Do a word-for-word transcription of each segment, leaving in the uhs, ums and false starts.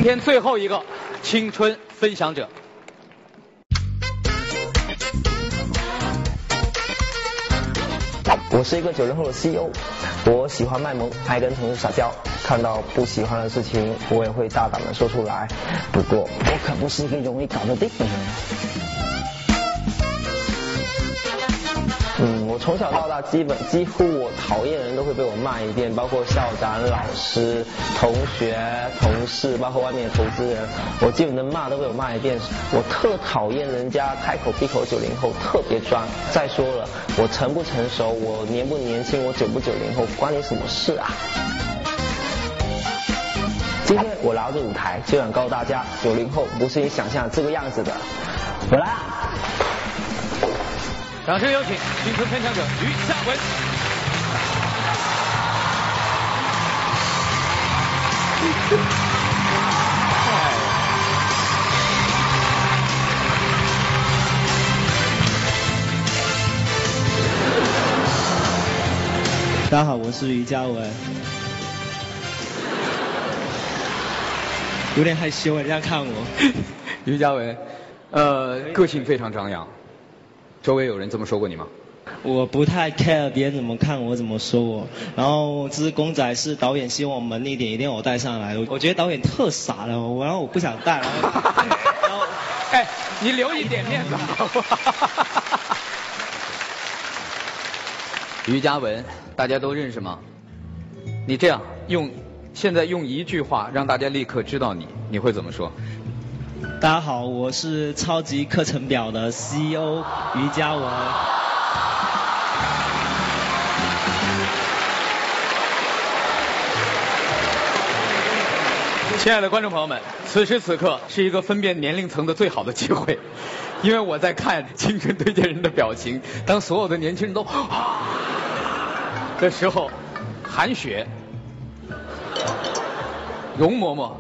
今天最后一个青春分享者。 我是一个九零后的 C E O， 我喜欢卖萌，爱跟同事撒娇，看到不喜欢的事情，我也会大胆的说出来。不过我可不是一个容易搞得定的人。嗯，我从小到大基本几乎我讨厌的人都会被我骂一遍，包括校长、老师、同学、同事，包括外面的投资人，我基本的骂都被我骂一遍。我特讨厌人家开口闭口九零后，特别装。再说了，我成不成熟，我年不年轻，我九不九零后，关你什么事啊？今天我来到这舞台，就想告诉大家，九零后不是你想象这个样子的。我来啊！ 掌声有请青春分享者于嘉文。 大家好，我是于嘉文。有点害羞，人家看我。 于嘉文，呃，个性非常张扬。周围有人这么说过你吗？ 我不太 care 别人怎么看我，怎么说我。然后这只公仔是导演希望我萌一点，一定要我带上来。我觉得导演特傻了，我然后我不想带，然后，然后， 哎，你留一点面子好不好？于嘉文，大家都认识吗？你这样用，现在用一句话让大家立刻知道你，你会怎么说？ 大家好，我是超级课程表的 C E O 于嘉文。 亲爱的观众朋友们，此时此刻是一个分辨年龄层的最好的机会，因为我在看青春推荐人的表情，当所有的年轻人都的时候，韩雪、容嬷嬷。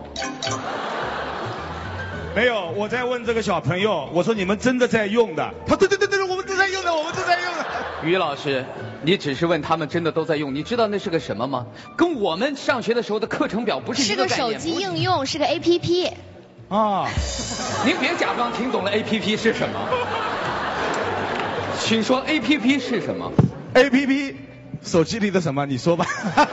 没有，我在问这个小朋友，我说你们真的在用的？他对对对对，我们都在用的，我们都在用的。 于老师，你只是问他们真的都在用，你知道那是个什么吗？跟我们上学的时候的课程表不是一个概念。 是个手机应用，是个 A P P。 啊， 您别假装听懂了 A P P 是什么，请说 A P P 是什么 ？A P P， 手机里的什么？你说吧。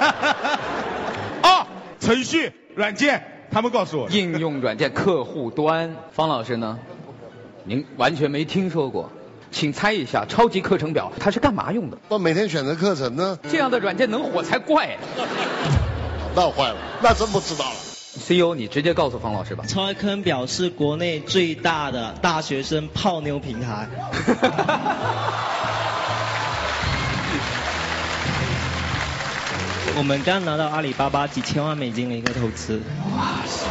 啊，程序软件。他们告诉我， 应用软件客户端。方老师呢？您完全没听说过，请猜一下，超级课程表它是干嘛用的？ 我每天选择课程呢。 这样的软件能火才怪。 那坏了，那真不知道了。 C E O， 你直接告诉方老师吧。 超级课程表是国内最大的大学生泡妞平台。我们刚拿到阿里巴巴几千万美金的一个投资。哇塞！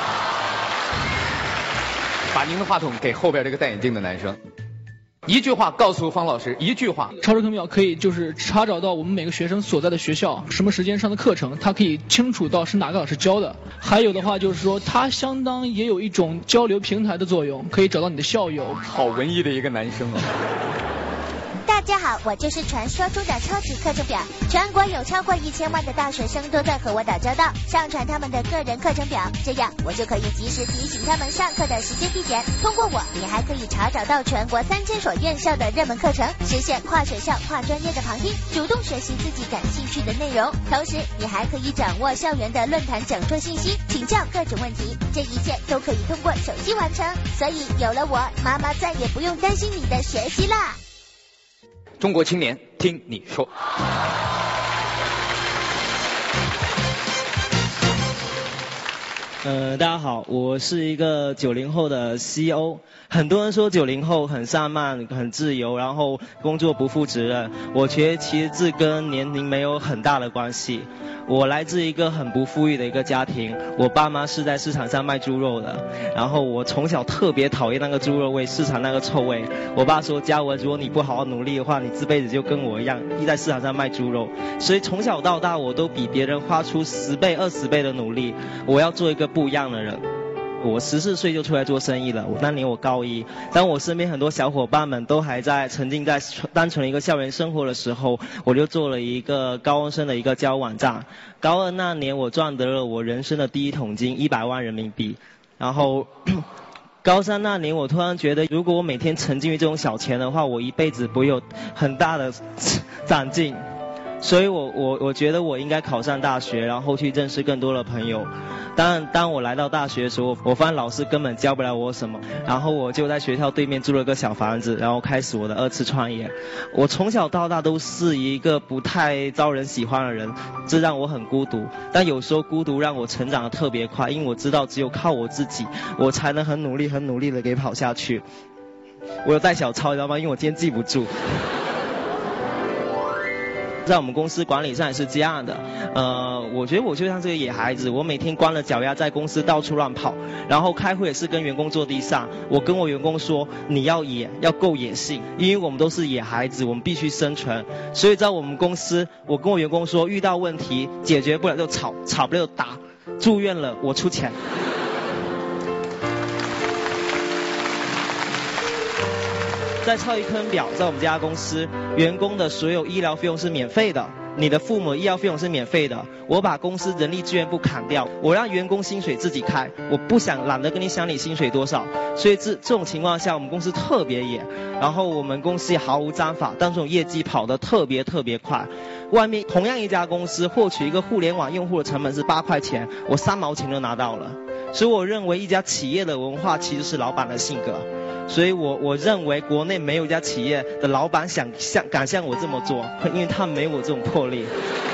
把您的话筒给后边这个戴眼镜的男生。一句话告诉方老师，一句话。 超值课表可以就是查找到我们每个学生所在的学校，什么时间上的课程，它可以清楚到是哪个老师教的。还有的话就是说，它相当也有一种交流平台的作用，可以找到你的校友。 好文艺的一个男生啊。 大家好，我就是传说中的超级课程表，全国有超过一千万的大学生都在和我打交道，上传他们的个人课程表，这样我就可以及时提醒他们上课的时间地点。通过我，你还可以查找到全国三千所院校的热门课程，实现跨学校、跨专业的旁听，主动学习自己感兴趣的内容。同时，你还可以掌握校园的论坛讲座信息，请教各种问题，这一切都可以通过手机完成。所以有了我，妈妈再也不用担心你的学习啦。 中国青年听你说。 呃，大家好，我是一个九零后的 C E O。很多人说九零后很散漫、很自由，然后工作不负责任。我觉得其实这跟年龄没有很大的关系。我来自一个很不富裕的一个家庭，我爸妈是在市场上卖猪肉的，然后我从小特别讨厌那个猪肉味，市场那个臭味。我爸说，嘉文，如果你不好好努力的话，你这辈子就跟我一样，一在市场上卖猪肉。所以从小到大，我都比别人花出十倍、二十倍的努力，我要做一个不一样的人。 我十四岁就出来做生意了，我那年我高一。当我身边很多小伙伴们都还在沉浸在单纯的一个校园生活的时候，我就做了一个高中生的一个交友网站。高二那年我赚得了我人生的第一桶金，一百万人民币。然后高三那年我突然觉得，如果我每天沉浸于这种小钱的话，我一辈子不会有很大的长进。所以我我我觉得我应该考上大学，然后去认识更多的朋友。当然，当我来到大学的时候，我发现老师根本教不了我什么，然后我就在学校对面租了个小房子，然后开始我的二次创业。我从小到大都是一个不太招人喜欢的人，这让我很孤独。但有时候孤独让我成长得特别快，因为我知道只有靠我自己，我才能很努力很努力的给跑下去。我有带小抄，你知道吗？因为我今天记不住。在我们公司管理上也是这样的，呃，我觉得我就像这个野孩子，我每天光着脚丫在公司到处乱跑，然后开会也是跟员工坐地上。我跟我员工说，你要野，要够野性，因为我们都是野孩子，我们必须生存。所以在我们公司，我跟我员工说，遇到问题解决不了就吵，吵不了就打，住院了我出钱。在超级坑表，在我们这家公司，员工的所有医疗费用是免费的，你的父母医疗费用是免费的。我把公司人力资源部砍掉，我让员工薪水自己开，我不想懒得跟你想你薪水多少。所以这这种情况下，我们公司特别野，然后我们公司也毫无章法，但这种业绩跑得特别特别快。外面同样一家公司获取一个互联网用户的成本是八块钱，我三毛钱都拿到了。所以我认为一家企业的文化其实是老板的性格。所以我我认为国内没有一家企业的老板想像敢像我这么做，因为他没有我这种魄力。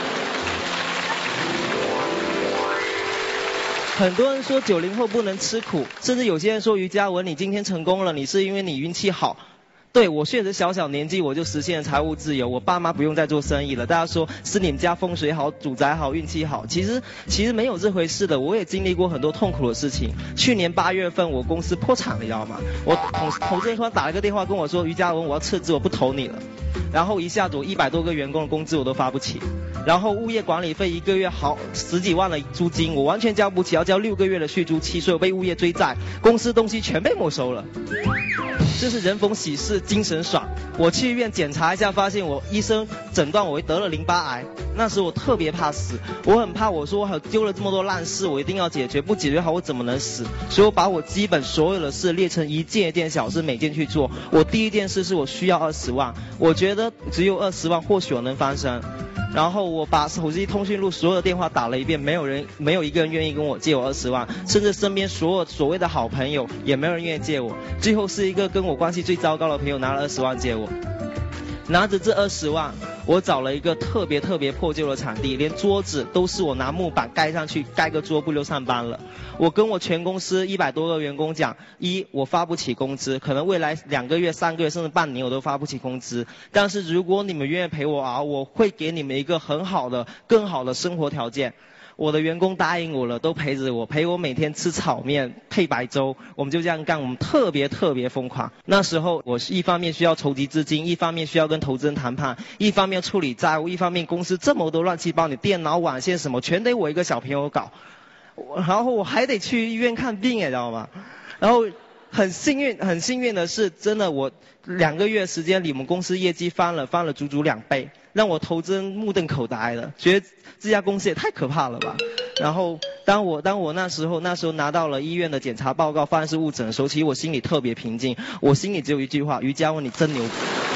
很多人说九零后不能吃苦，甚至有些人说于嘉文你今天成功了，你是因为你运气好。对，我确实小小年纪我就实现了财务自由，我爸妈不用再做生意了。大家说是你们家风水好，主宅好，运气好，其实其实没有这回事的。我也经历过很多痛苦的事情。去年八月份我公司破产了，你知道吗？我投投资人突然打了个电话跟我说，于嘉文我要撤资，我不投你了。然后一下子我一百多个员工的工资我都发不起，然后物业管理费一个月好十几万的租金我完全交不起，要交六个月的续租期，所以我被物业追债，公司东西全被没收了。这是人逢喜事精神爽。我去医院检查一下，发现我医生诊断我得了淋巴癌。那时我特别怕死，我很怕，我说我丢了这么多烂事，我一定要解决，不解决好我怎么能死？所以我把我基本所有的事列成一件一件小事，每件去做。我第一件事是我需要二十万，我觉得只有二十万或许我能翻身。然后我把手机通讯录所有的电话打了一遍，没有人没有一个人愿意跟我借我二十万，甚至身边所有所谓的好朋友也没有人愿意借我。最后是一个跟我关系最糟糕的朋友拿了二十万借我。拿着这二十万，我找了一个特别特别破旧的场地，连桌子都是我拿木板盖上去，盖个桌布就上班了。我跟我全公司一百多个员工讲，一我发不起工资，可能未来两个月、三个月甚至半年我都发不起工资，但是如果你们愿意陪我熬，我会给你们一个很好的、更好的生活条件。我的员工答应我了，都陪着我，陪我每天吃炒面配白粥，我们就这样干，我们特别特别疯狂。那时候我是一方面需要筹集资金，一方面需要跟投资人谈判，一方面处理债务，一方面公司这么多乱七八糟，你电脑网线什么全得我一个小朋友搞，然后我还得去医院看病，你知道吗？然后很幸运，很幸运的是，真的我两个月时间里，我们公司业绩翻了，翻了足足两倍，让我投资人目瞪口呆了，觉得这家公司也太可怕了吧。然后当我当我那时候那时候拿到了医院的检查报告，发现是误诊的时候，其实我心里特别平静，我心里只有一句话：于嘉文你真牛。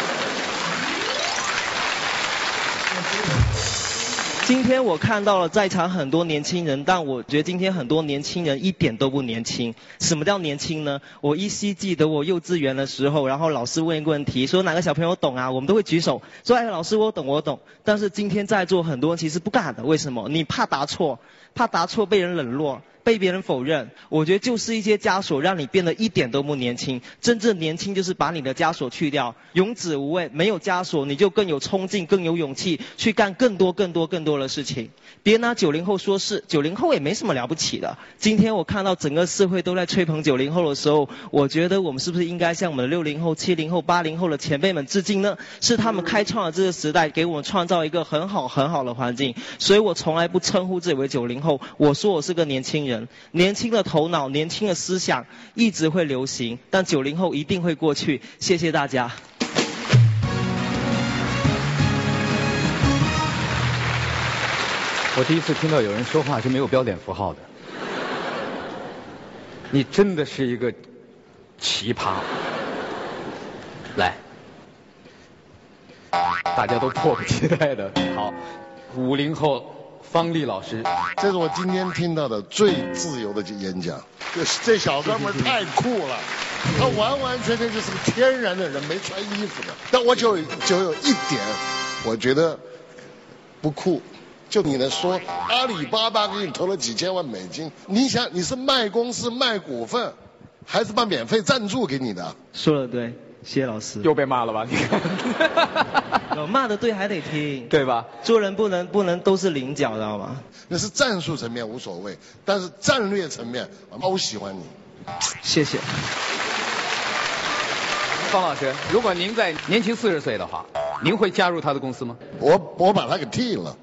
今天我看到了在场很多年轻人，但我觉得今天很多年轻人一点都不年轻。什么叫年轻呢？我依稀记得我幼稚园的时候，然后老师问一个问题，说哪个小朋友懂啊，我们都会举手说哎老师我懂我懂。但是今天在座很多人其实不敢的，为什么？你怕答错，怕答错被人冷落，被别人否认。我觉得就是一些枷锁让你变得一点都不年轻。真正年轻就是把你的枷锁去掉，勇止无畏，没有枷锁你就更有冲劲，更有勇气去干更多更多更多的事情。别拿九零后说事，九零后也没什么了不起的。今天我看到整个社会都在吹捧九零后的时候，我觉得我们是不是应该向我们的六零后、七零后、八零后的前辈们致敬呢？是他们开创了这个时代，给我们创造一个很好很好的环境。所以我从来不称呼自己为九零后，我说我是个年轻人。 人，年轻的头脑，年轻的思想一直会流行，但九零后一定会过去。谢谢大家。 我第一次听到有人说话是没有标点符号的，你真的是一个奇葩。来，大家都迫不及待的。好，五零后方力老师， 这是我今天听到的最自由的演讲。这这小哥们儿太酷了，他完完全全就是个天然的人，没穿衣服的。但我就就有一点，我觉得不酷。就你能说阿里巴巴给你投了几千万美金，你想你是卖公司卖股份，还是把免费赞助给你的？ 说的对，谢谢老师。 又被骂了吧？你看， 有骂的对还得听， 对吧？ 做人不能不能都是菱角，知道吗？ 那是战术层面无所谓，但是战略层面我喜欢你。 谢谢。 方老师，如果您在年轻四十岁的话，您会加入他的公司吗？ 我我把他给替了。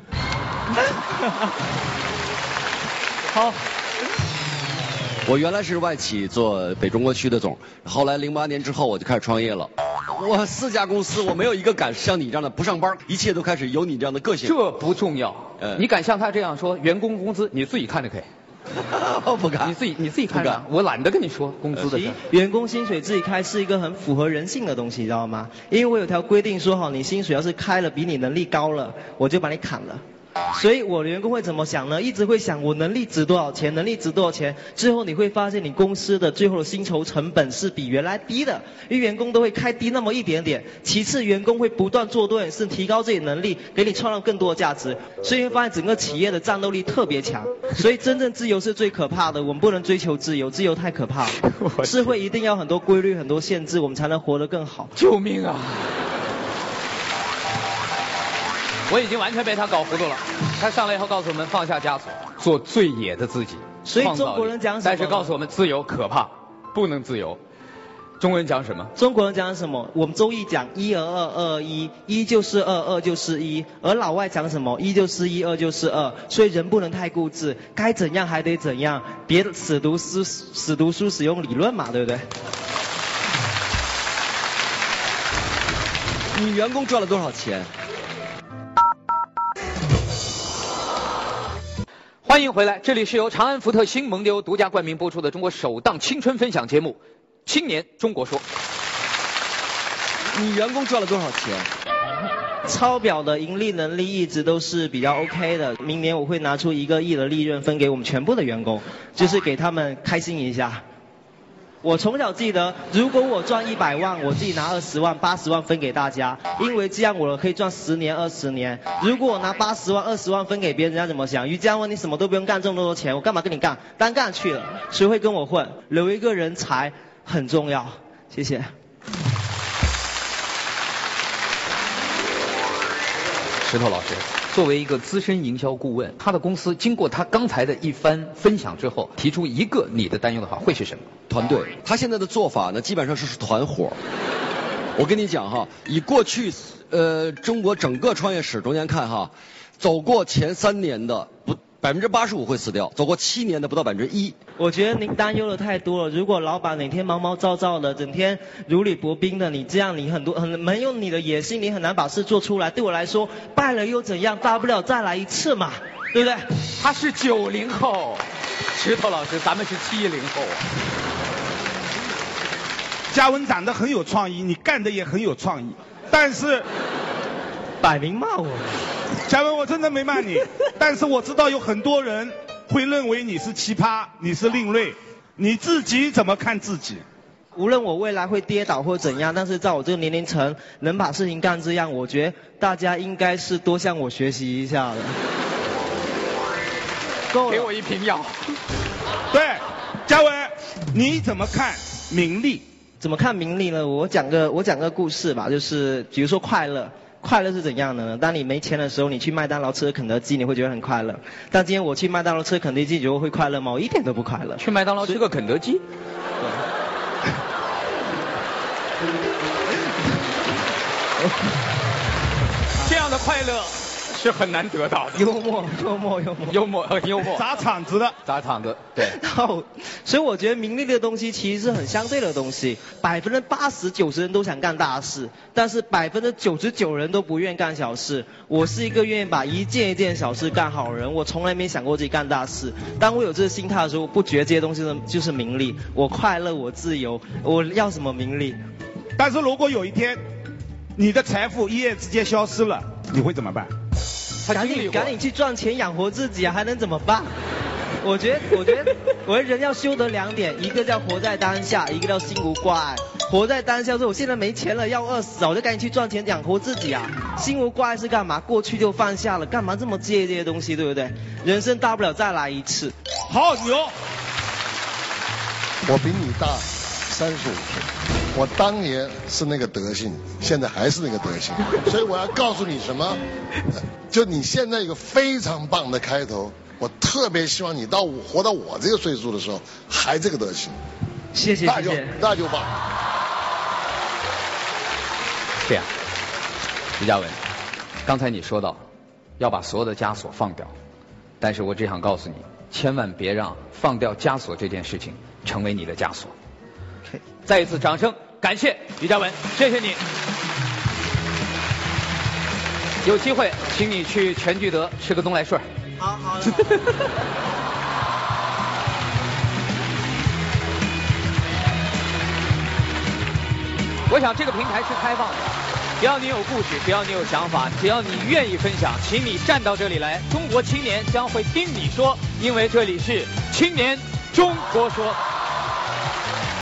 好， 我原来是外企做北中国区的总，后来零八年之后我就开始创业了。我四家公司，我没有一个敢像你这样的不上班，一切都开始有你这样的个性。 这不重要， 呃、 你敢像他这样说，员工工资你自己看着可以。 我不敢， 你自己你自己看着，我懒得跟你说工资的事。 员工薪水自己开是一个很符合人性的东西，你知道吗？因为我有条规定说好，你薪水要是开了比你能力高了，我就把你砍了。所以我的员工会怎么想呢？一直会想我能力值多少钱，能力值多少钱。最后你会发现你公司的最后的薪酬成本是比原来低的，因为员工都会开低那么一点点。其次，员工会不断做多点事，提高自己能力，给你创造更多的价值。所以会发现整个企业的战斗力特别强。所以真正自由是最可怕的，我们不能追求自由，自由太可怕了。社会一定要很多规律、很多限制，我们才能活得更好。 救命啊！我已经完全被他搞糊涂了。他上来以后告诉我们放下枷锁，做最野的自己。 所以中国人讲什么？ 但是告诉我们自由可怕，不能自由。中国人讲什么？ 中国人讲什么？我们周易讲一而二，二而一，一就是二，二就是一。而老外讲什么？一就是一，二就是二。所以人不能太固执，该怎样还得怎样，别死读书死读书使用理论嘛，对不对？ 你员工赚了多少钱？ 欢迎回来，这里是由长安福特新蒙迪欧独家冠名播出的中国首档青春分享节目《青年中国说》。 你员工赚了多少钱？ 超表的盈利能力一直都是比较 OK 的。明年我会拿出一个亿的利润分给我们全部的员工，就是给他们开心一下。我从小记得，如果我赚一百万，我自己拿二十万、八十万分给大家，因为这样我可以赚十年、二十年。如果我拿八十万、二十万分给别人，人家怎么想？于家问你什么都不用干，这么多钱，我干嘛跟你干？单干去了，谁会跟我混？留一个人才很重要。谢谢。 石头老师，作为一个资深营销顾问，他的公司经过他刚才的一番分享之后，提出一个你的担忧的话，会是什么？ 团队。他现在的做法呢，基本上是团伙。我跟你讲哈，以过去呃中国整个创业史中间看哈，走过前三年的不百分之八十五会死掉，走过七年的不到百分之一。 我觉得您担忧的太多了。如果老板哪天毛毛躁躁的，整天如履薄冰的，你这样你很多很没有你的野心，你很难把事做出来。对我来说，败了又怎样？大不了再来一次嘛，对不对？ 他是九零后，石头老师，咱们是七零后。 嘉文长得很有创意，你干的也很有创意，但是摆明骂我。 嘉文，我真的没骂你，但是我知道有很多人会认为你是奇葩，你是另类，你自己怎么看自己？ 无论我未来会跌倒或怎样，但是在我这个年龄层能把事情干这样，我觉得大家应该是多向我学习一下的。够了， 给我一瓶药。 对，嘉文，你怎么看名利？ 怎么看名利呢？我讲个我讲个故事吧，就是比如说快乐。快乐是怎样的呢？当你没钱的时候，你去麦当劳吃肯德基，你会觉得很快乐。但今天我去麦当劳吃肯德基，你觉得会快乐吗？我一点都不快乐。 去麦当劳吃个肯德基？这样的快乐是很难得到的。 幽默，幽默，幽默， 幽默，幽默。 砸场子的， 砸场子，对。 然后，所以我觉得名利的东西其实是很相对的东西。百分之八十九十人都想干大事，但是百分之九十九人都不愿干小事。我是一个愿意把一件一件小事干好的人，我从来没想过自己干大事。当我有这个心态的时候，我不觉得这些东西就是名利。我快乐，我自由，我要什么名利？ 但是如果有一天，你的财富一夜之间消失了，你会怎么办？ 赶紧赶紧去赚钱养活自己啊，还能怎么办？我觉得，我觉得，我觉得人要修得两点，一个叫活在当下，一个叫心无挂碍。活在当下是我现在没钱了，要饿死啊，我就赶紧去赚钱养活自己啊。心无挂碍是干嘛？过去就放下了，干嘛这么介意这些东西，对不对？人生大不了再来一次。 好牛！ 我比你大三十五岁，我当年是那个德行，现在还是那个德行，所以我要告诉你什么？就你现在有个非常棒的开头，我特别希望你到我活到我这个岁数的时候还这个德行。 谢谢谢谢， 那就棒。 这样，于嘉文，刚才你说到要把所有的枷锁放掉，但是我只想告诉你，千万别让放掉枷锁这件事情成为你的枷锁。 Okay. 再一次掌声，感谢于嘉文，谢谢你。有机会，请你去全聚德吃个东来顺。 好好的。 我想这个平台是开放的，只要你有故事，只要你有想法，只要你愿意分享，请你站到这里来，中国青年将会听你说，因为这里是青年中国说。